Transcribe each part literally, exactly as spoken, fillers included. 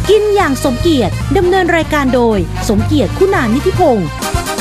กินอย่างสมเกียรติดำเนินรายการโดยสมเกียรติคุณานิธิพงศ์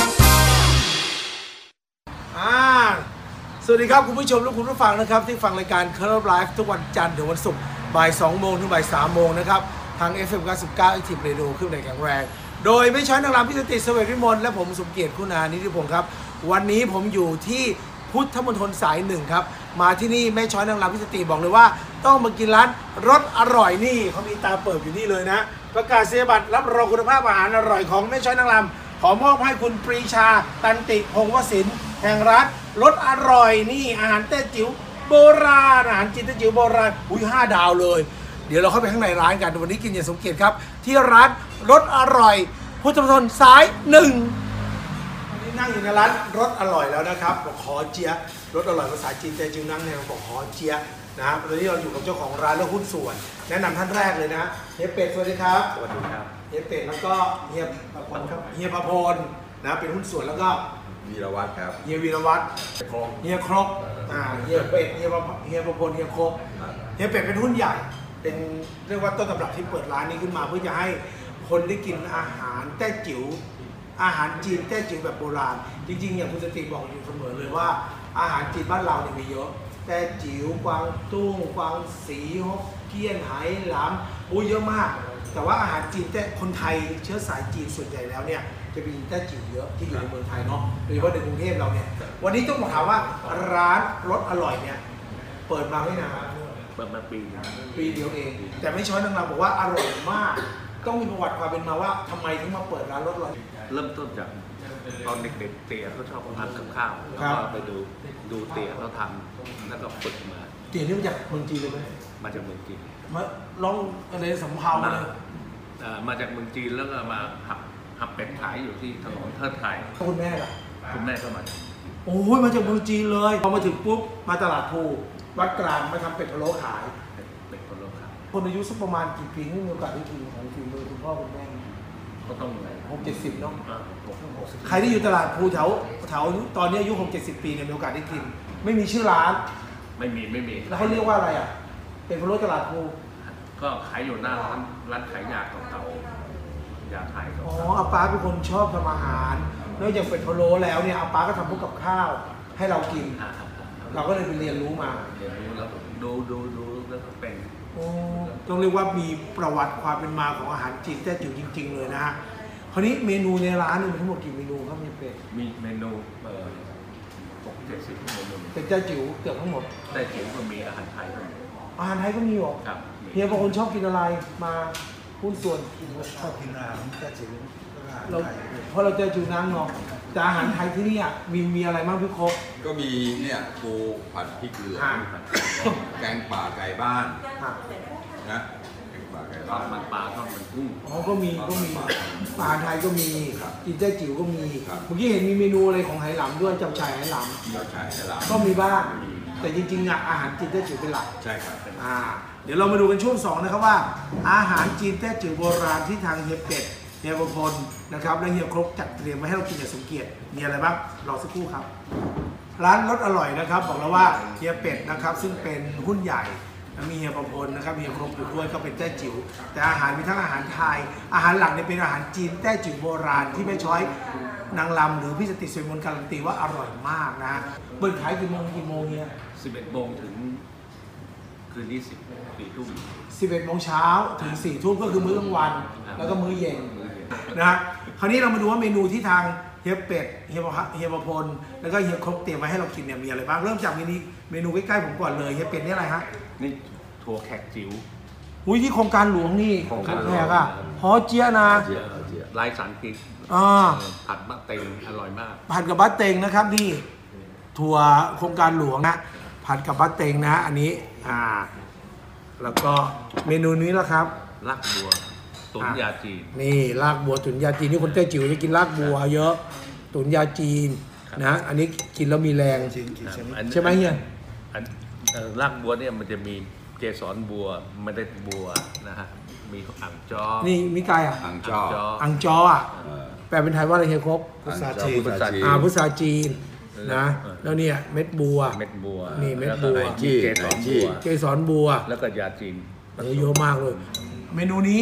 สวัสดีครับคุณผู้ชมและคุณผู้ฟังนะครับที่ฟังรายการ Color Life ทุกวันจันทร์ถึงวันศุกร์บ่ายสองโมงถึงบ่ายสามโมงนะครับทาง เอฟ เอ็ม เก้าสิบเก้า Active Radio ขึ้นในแข็งแรงโดยไม่ใช้นางรำพิสติเสวตวิมลและผมสมเกียรติคุณานิธิพงศ์ครับวันนี้ผมอยู่ที่พุทธมณฑลสายหนึ่งครับมาที่นี่แม่ช้อยนางรำพิสติบอกเลยว่าต้องมากินร้านรสอร่อยนี่เขามีตาเปิดอยู่นี่เลยนะประกาศนียบัตรรับรองคุณภาพอาหารอร่อยของแม่ช้อยนางรำขอมอบให้คุณปรีชาตันติพงศ์วสินทร์แห่งร้านรสอร่อยนี่อาหารแต้จิ๋วโบราณอาหารจีนแต้จิ๋วโบราณอุ้ยห้าดาวเลยเดี๋ยวเราเข้าไปข้างในร้านกันวันนี้กินอย่างสมเกียรติครับที่ร้านรสอร่อยพุทธมณฑลสายหนึ่งวันนี้นั่งอยู่ในร้านรสอร่อยแล้วนะครับบอกขอเจียรสอร่อยภาษาจีนแต้จิ๋วนั่งเนี่ยบอกขอเจียนะครับวันนี้เราอยู่กับเจ้าของร้านและหุ้นส่วนแนะนำท่านแรกเลยนะเฮียเป็ดสวัสดีครับสวัสดีครับเฮียเป็ดแล้วก็เฮียประพลครับเฮียประพลนะเป็นหุ้นส่วนแล้วก็วีรวัฒน์ครับเฮียวีรวัฒน์เฮียครบอ่าเฮียเป็ดเฮียเฮียประพลเฮียครบเฮียเป็ดเป็นหุ้นใหญ่เป็นเรียกว่าต้นตำรับที่เปิดร้านนี้ขึ้นมาเพื่อจะให้คนได้กินอาหารแต้จิ๋วอาหารจีนแต้จิ๋วแบบโบราณจริงๆอย่างคุณสติบอกอยู่เสมอเลยว่าอาหารจีนบ้านเราเนี่ยมีเยอะแต้จิ๋วกวางตุ้งกวางสีฮกเกี้ยนไหหลำอู้เยอะมากแต่ว่าอาหารจีนแต้คนไทยเชื้อสายจีนส่วนใหญ่แล้วเนี่ยจะมีแต้จิ๋วเยอะที่อยู่ในเมืองไทยเนาะโดยเฉพาะในกรุงเทพเราเนี่ยวันนี้ต้องบอกถามว่าร้านรสอร่อยเนี่ยเปิดมาไม่นานเปิดมาปีปีเดียวเองแต่ไม่ช้อยนางรำบอกว่าอร่อยมากต้องมีประวัติความเป็นมาว่าทำไมถึงมาเปิดร้านรสอร่อยเริ่มต้นจากตอนเด็กๆเตี๋ยเขาชอบทำกับข้าวแล้วก็ไปดูดูเตี๋ยเขาทำแล้วก็ฝึกมาเตี๋ยนี่มาจากเมืองจีนเลยไหมมาจากเมืองจีนมาลองอะไรสำเภาเลยมาจากเมืองจีนแล้วก็มาหับหับเป็ดขายอยู่ที่ถนนเทิดไทยคุณแม่ล่ะคุณแม่ก็มาโอ้ยมาจากเมืองจีนเลยพอมาถึงปุ๊บมาตลาดภูวัดกลางมาทำเป็ดพะโล้ขายเป็ดพะโล้ขายคนอายุสักประมาณกี่ปีนี่มีโอกาสได้กินของฝีมือคุณพ่อคุณแม่ก็ต้องหกเจ็ดสิบเนาะใครที่อยู่ตลาดภูแถวแถวตอนนี้อายุหกเจ็ดสิบปีเนี่ยมีโอกาสได้กินไม่มีชื่อร้านไม่มีไม่มีแล้วเขาเรียกว่าอะไรอ่ะเป็นพะโล้ตลาดภูก็ขายอยู่หน้าร้านร้านขายยาเก่าๆยาไทยอ๋ออาป้าเป็นคนชอบทำอาหารนอกจากเป็ดพะโล้แล้วเนี่ยอาป้าก็ทำพวกกับข้าวให้เรากินเราก็เลยไปเรียนรู้มาเรียนรู้แล้วดูดูดูแล้วก็เป็นโอ้ต้องเรียกว่ามีประวัติความเป็นมาของอาหารจีนแต้จิ๋วจริงๆเลยนะฮะคราวนี้เมนูในร้านมีทั้งหมดกี่เมนูครับมีเป็ดมีเมนูเอ่อหกเจ็ดสิบเมนูเป็นแต้จิ๋วเกือบทั้งหมดแต้จิ๋วก็มีอาหารไทยก็มีอาหารไทยก็มีหรอครับเฮียบางคนชอบกินอะไรมาหุ้นส่วนชอบกินอาหารแต้จิ๋วเราเพราะเราเจอจิ๋วน้ำเนาะแต่อาหารไทยที่นี่มีมีอะไรบ้างพี่ครบก็มีเนี่ยปูผัดพริกเหลืองแกงป่าไก่บ้านนะแกงป่าไก่บ้านมันปลาทอดมันกุ้งอ๋อก็มีก็มีอาหารไทยก็มีกินแต้จิ๋วก็มีเมื่อกี้เห็นมีเมนูอะไรของไหหลำด้วยจับฉ่ายไหหลำจับฉ่ายไหหลำก็มีบ้างแต่จริงๆอ่ะอาหารจีนแต้จิ๋วเป็นหลักใช่ครับอ่าเดี๋ยวเรามาดูกันช่วงสองนะครับว่าอาหารจีนแต้จิ๋วโบราณที่ทางเฮียเป็ดเฮียประพลนะครับและเฮียครบจัดเตรียมมาให้เรากินอย่างสมเกียรติมีอะไรบ้างรอสักครู่ครับร้านรสอร่อยนะครับบอกแล้วว่าเฮียเป็ดนะครับซึ่งเป็นหุ้นใหญ่มีเฮียประพลนะครับเฮียครบอยู่ด้วยก็เป็นแต้จิ๋วแต่อาหารมีทั้งอาหารไทยอาหารหลักเนี่ยเป็นอาหารจีนแต้จิ๋วโบราณที่แม่ช้อยนางรำหรือพี่สติเสวตมนการันตีว่าอร่อยมากนะเปิดขายกี่โมงกี่โมงเฮียสิบเอ็ดโมงถึงคืนที่สิบสี่ทุ่มสิบเอ็ดโมงเช้าถึงสี่ทุ่มก็คือมื้อกลางวันแล้วก็มื้อเย็นนะฮะคราวนี้เรามาดูว่าเมนูที่ทางเฮียเป็ดเฮียเฮียประพลแล้วก็เฮียครบเตรียมมาให้เรากินเนี่ยมีอะไรบ้างเริ่มจากเมนูเมนูใกล้ๆผมก่อนเลยเฮียเป็ดนี่อะไรฮะนี่ถั่วแขกจิ๋วอุ้ยที่โครงการหลวงนี่โครงการแขกอ่ะฮอเจียนะลายสันพิษผัดบะเต็งอร่อยมากผัดกับบะเต็งนะครับนี่ถั่วโครงการหลวงนะผัดกับบะเต็งนะอันนี้อ่าแล้วก็เมนูนี้ละครับลากบัวตุ๋นยาจีนนี่ลากบัวตุ๋นยาจีนนี่คนแต้จิ๋วจะกินลากบัวเยอะตุ๋นยาจีนนะอันนี้กินแล้วมีแรงใช่ไหมเฮียลากบัวเนี่ยมันจะมีเกสรบัวเมล็ดบัวนะฮะมีอ่างจอนี่มีไก่อ่ะอ่างจออ่างจออ่ะแปลเป็นไทยว่าอะไรเฮียครบภาษาจีนอ่าภาษาจีนนะแล้วเนี่ยเม็ดบัวเม็ดบัวนี่เม็ดบัวเกสรบัวเกสรบัวแล้วก็ยาจีนเยอะมากเลยเมนูนี้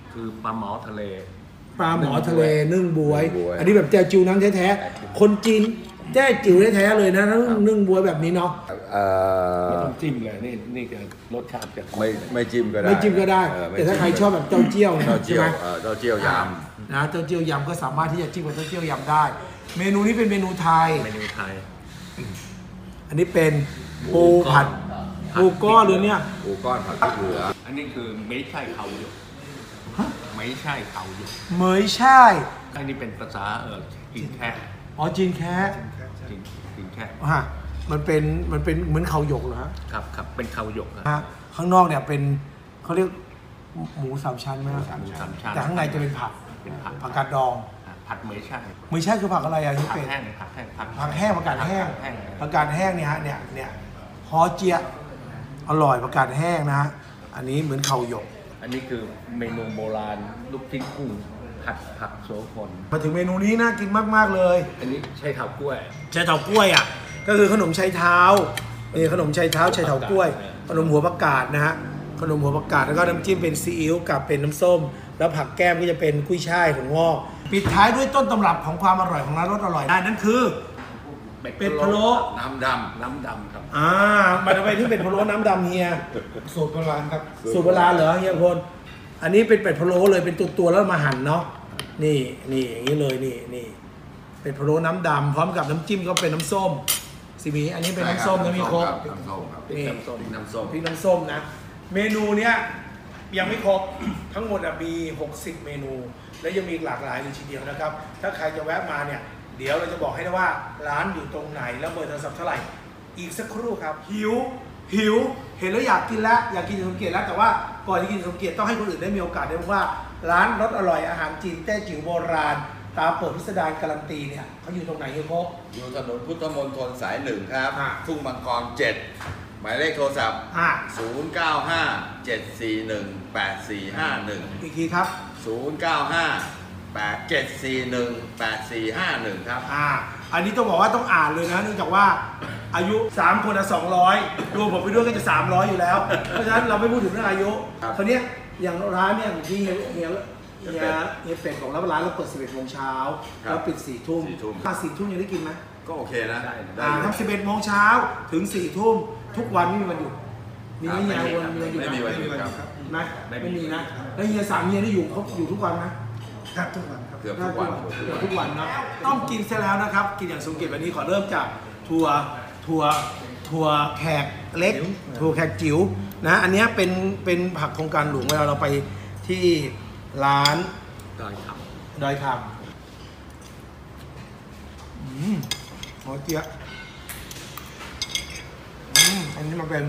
คือปลาหมอทะเลปลาหมอทะเลนึ่งบวยนึ่งบ๊วยอันนี้แบบแจจิวน้ำแท้ๆคนจีนแจ้จิ๋วแท้ๆเลยนะนึ่งนึ่งบวยแบบนี้เนาะเอ่อไม่ต้องจิ้มเลยนี่นี่จะรสชาติจะไม่ไม่จิ้มก็ได้ไม่จิ้มก็ได้เออไม่แต่ถ้าใครชอบแบบเต้าเจี้ยวนะเต้าใช่เจี้ยไหวมเออเต้าเจี้ยวยนะเต้าเจี้ยวยำก็สามารถที่จะจิ้มกับเต้าเจี้ยวยำได้ เมนูนี้เป็นเมนูไทยเมนูไทยอันนี้เป็นปูผัดปูก้อนเลยเนี่ยำปูก้อนผัดพริกเหลืออันนี้คือไม่ใช่เขาหยกไม่ใช่เขาหยกเหมยช่ายอันนี้เป็นภาษาเออจีนแค่อ๋อจีนแคะจีนจีนแค่ฮะมันเป็นมันเป็นเหมือนเขาหยกเหรอฮะครับครับเป็นเขาหยกฮะข้างนอกเนี่ยเป็นเขาเรียกหมูสามชั้นไหมครับหมูสามชั้นแต่ข้างในจะเป็นผักเป็นผักผักกาดดองอ่ะผัดไม่ใช่ไม่ใช่คือผักอะไรอะที่ผักเป็นแห้งผักแห้งผักผักแห้งผักกาดแห้งผักแห้งผักกาดแห้งเนี่ยฮะเนี่ยเนี่ยฮอเจียะอร่อยผักกาดแห้งนะฮะอันนี้เหมือนเขาหยกอันนี้คือเมนูโบราณลูกชิ้นกุ้งผัดผักโสพลมาถึงเมนูนี้น่ากินมากๆเลยอันนี้ใช่เถากล้วยชายเถากล้วยอ่ะก็คือขนมชายเท้านี่ขนมชายเท้าชายเถากล้วย ขนมหัวผักกาดนะฮะขนมหัวผักกาดแล้วก็น้ำจิ้มเป็นซีอิ๊วกับเป็นน้ำส้ม แล้วผักแก้มก็จะเป็นกุ้ยช่ายถั่วงอกปิดท้ายด้วยต้นตำรับของความอร่อยของร้านรสอร่อยได้นั่นคือ เป็ดพะโล้น้ำดน้ำดำครับอ่ามาทำไมที่เป็ดพะโล้น้ำดำเฮียสูตรโบราณครับสูตรโบราณเหรอเฮียพลอันนี้เป็นเป็ดพะโล้เลยเป็นตัวตัวๆแล้วมาหั่นเนาะนี่นี่อย่างนี้เลยนี่นี่เป็ดพะโล้น้ำดำพร้อมกับน้ำจิ้มก็เป็นน้ำส้มสิมีอันนี้ำเป็นน้ำส้มนะมีครบน้ำส้มครับนี่น้ำส้มน้ำส้มพริกน้ำส้มนะ เมนูเนี้ยยังไม่ครบ ทั้งหมดอะมีหกสิบเมนู และยังมีอีกหลากหลายเลยทีเดียวนะครับ ถ้าใครจะแวะมาเนี่ย เดี๋ยวเราจะบอกให้นะว่าร้านอยู่ตรงไหนแล้วเบอร์โทรศัพท์เท่าไหร่ อีกสักครู่ครับ หิว หิว เห็นแล้วอยากกินแล้วอยากกินสมเกียรติแล้วแต่ว่าก่อนที่กินสมเกียรติต้องให้คนอื่นได้มีโอกาสได้รู้ว่า ร้านรสอร่อยอาหารจีนแต้จิ๋วโบราณ ตาเปิดพิสดารการันตีเนี่ยเขาอยู่ตรงไหนครับอยู่ถนนพุทธมณฑลสายหนึ่งครับอ่าทุ่งมังกรเจ็ดหมายเลขโทรศัพท์อ่าศูนย์ เก้า ห้า เจ็ด สี่ หนึ่ง แปด สี่ ห้า หนึ่งอีกทีครับศูนย์ เก้า ห้า แปด เจ็ด สี่ หนึ่ง แปด สี่ ห้า หนึ่งครับอ่า อันนี้ต้องบอกว่าต้องอ่านเลยนะเนื่องจากว่าอายุสามคนละสองร้อยรวมผมไปด้วยก็จะสามร้อยอยู่แล้ว เพราะฉะนั้นเราไม่พูดถึงเรื่องอายุครับคราวเนี้ยอย่างร้านเนี่ยที่เฮียเฮียเฮียเฮียเป็ดบอกแล้วว่าร้านเราเปิดสิบเอ็ดโมงเช้าแล้วปิดสี่ทุ่มสี่ทุ่มถ้าสี่ทุ่มยังได้กินไหมก็โอเคนะได้ได้อ่าอยู่ทั้งสิบเอ็ดโมงเช้าถึงสี่ทุ่มทุกวันไม่มีวันหยุดมีไหมเฮียวันมีวันหยุดไม่มีวันหยุดครับไหมไม่มีนะแล้วเฮียสามเฮียได้อยู่เขาอยู่ทุกวันไหมครับทุกวันครับเกือบทุกวันเกือบทุกวันนะต้องกินเสร็จแล้วนะครับ กินอย่างสมเกียรติวันนี้ขอเริ่มจากถั่วถั่วถั่วแขกเล็กถั่วแขกจิ๋วนะอันเนี้ยเป็นเป็นผักโครงการหลวงเวลาเราไปที่ร้านดอยคดอยคำอืมหอเจี๊ยะอืมอันนี้มันเป็น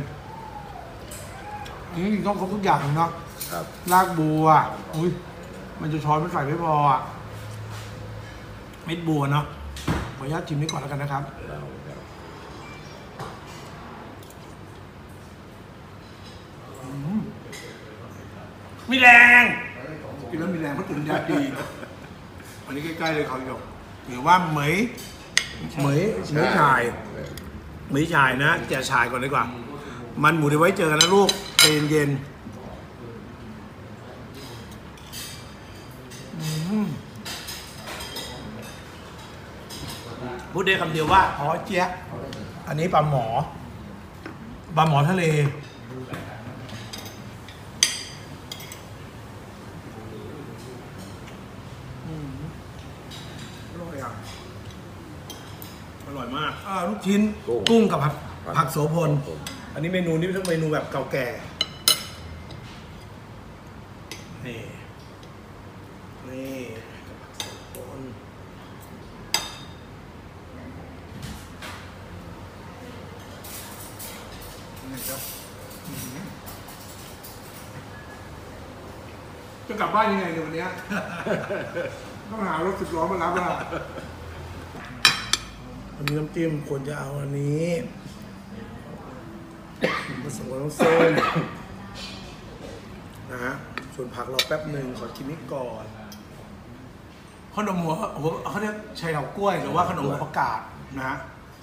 อืมต้องครบทุกอย่างเนาะครับรากบัวอุ้ยมันจะช้อนไม่ใส่ไม่พออ่ะเม็ดบัวเนาะขออนุญาตชิมนี้ก่อนแล้วกันนะครับอืมมีแรงกินแล้วมีแรงเพราะตื่นยาดีอันนี้ใกล้ๆเลยเขาหยกหรือว่าเหมยเหมยเหมยชายเหมยชายนะแจกชายก่อนดีกว่า มันหมูเดี๋ยวไว้เจอกันนะลูกใจเย็นๆพูดได้คำเดียวว่าหอเจี๊ยะอันนี้ปลาหมอปลาหมอทะเลอืมอร่อยอ่ะอร่อยมากอ่าลูกชิ้นกุ้งกุ้งกับผักผักโสพลผมอันนี้เมนูนี้เป็นเมนูแบบเก่าแก่ นี่ นี่โอนนี่ครับอื้อหือจะกลับบ้านยังไงเนี่ยวันเนี้ย ต้องหารถสิบล้อมารับแล้วอันนี้น้ำจิ้มควรจะเอาอันนี้ ผสมกับน้ำส้มนะฮะส่วนผักเราแป๊บหนึ่งขอชิมนี้ก่อนขนมหัวหัวเขาเรียกชัยเถากล้วยหรือว่าขนมหัวผักกาดนะฮะ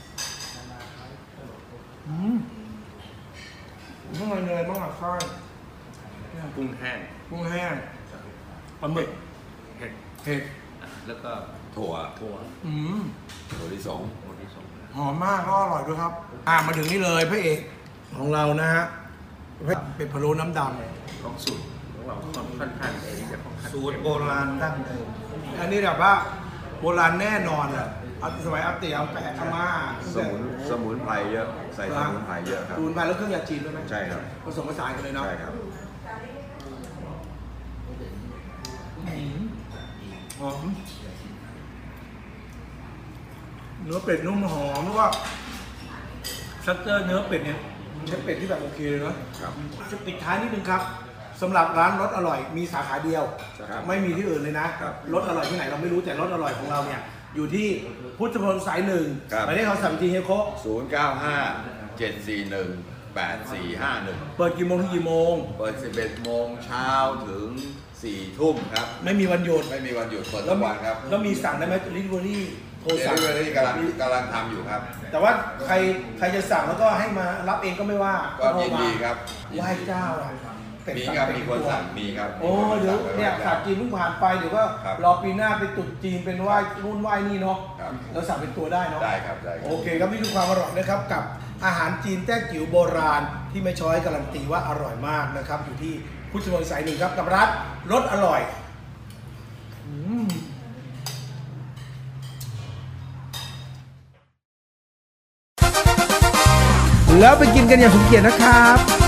อืมข้างในเนยบ้างอ่ะข้างำกุ้งแห้งกุ้งแห้งปลาหมึกเห็ดเห็ดอ่ะแล้วก็ถั่วถั่วอืมถั่วที่สองถั่วที่สองหอมมากแล้วอร่อยด้วยครับ อ่ามาถึงนี่เลยพระเอกของเรานะฮะเป็นพะโล้น้ำดำของสูตรของเราค่อนข้างเองจะค่อนข้างสูตรโบราณดั้งเดิมอันนี้แบบว่าโบราณแน่นอนอ่ะเอาสมัยอาเตียอาแปะอาม่าสมุนสมุนไพรเยอะใส่สมุนไพรเยอะครับสมุนไพรแล้วเครื่องยาจีนด้วยไหมใช่ครับผสมผสานกันเลยเนาะใช่ครับอืมหอมเนื้อเป็ดนุ่มหอมแล้วก็สเตอร์เนื้อเป็ดเนี่ยใช้เป็ดที่แบบโอเคเลยเนาะครับจะปิดท้ายนิดนึงครับสำหรับร้านรสอร่อยมีสาขาเดียวครับไม่มีที่อื่นเลยนะครับ รสอร่อยที่ไหนเราไม่รู้แต่รสอร่อยของเราเนี่ยอยู่ที่พุทธพลสายหนึ่งครับหมายเลขโทรศัพท์ทีเฮโคศูนย์เก้าห้าเจ็ดสี่หนึ่งแปดสี่ห้าหนึ่งเปิดกี่โมงถึงกี่โมงเปิดสิบเอ็ดโมงเช้าถึงสี่ทุ่มครับไม่มีวันหยุดไม่มีวันหยุดเปิดแล้ทุวกมีวันครับแล้วมีสั่งได้ไหมลิเวอรี่โทรเดสั่งลิเวอรี่กำลังกำลังทำอยู่ครับแต่ว่าใครใครจะสั่งแล้วก็ให้มารับเองก็ไม่ว่าก็ยินดีครับยินไหว้ดีเจ้าอะเป็ดมีสั่งครับเป็ดมีคนตัวสั่งมีครับโอ้เดี๋ยวเนี่ยศาสตร์จีนเพิ่งผ่านไปเดี๋ยวก็ครับรอปีหน้าไปตรุษจีนเป็นไหว้รุ่นไหว้นี่เนาะครับเราสั่งเป็นตัวได้เนาะได้ครับได้ครับโอเคครับนี่คือความอร่อยนะครับกับอาหารจีนแต้จิ๋วโบราณที่ไม่ช้อยการันตีว่าอร่อยมากนะครับอยู่ที่พุทธมณฑลสายหนึ่งครับกับร้านรสอร่อยอืมแล้วไปกินกันอย่างสมเกียรตินะครับ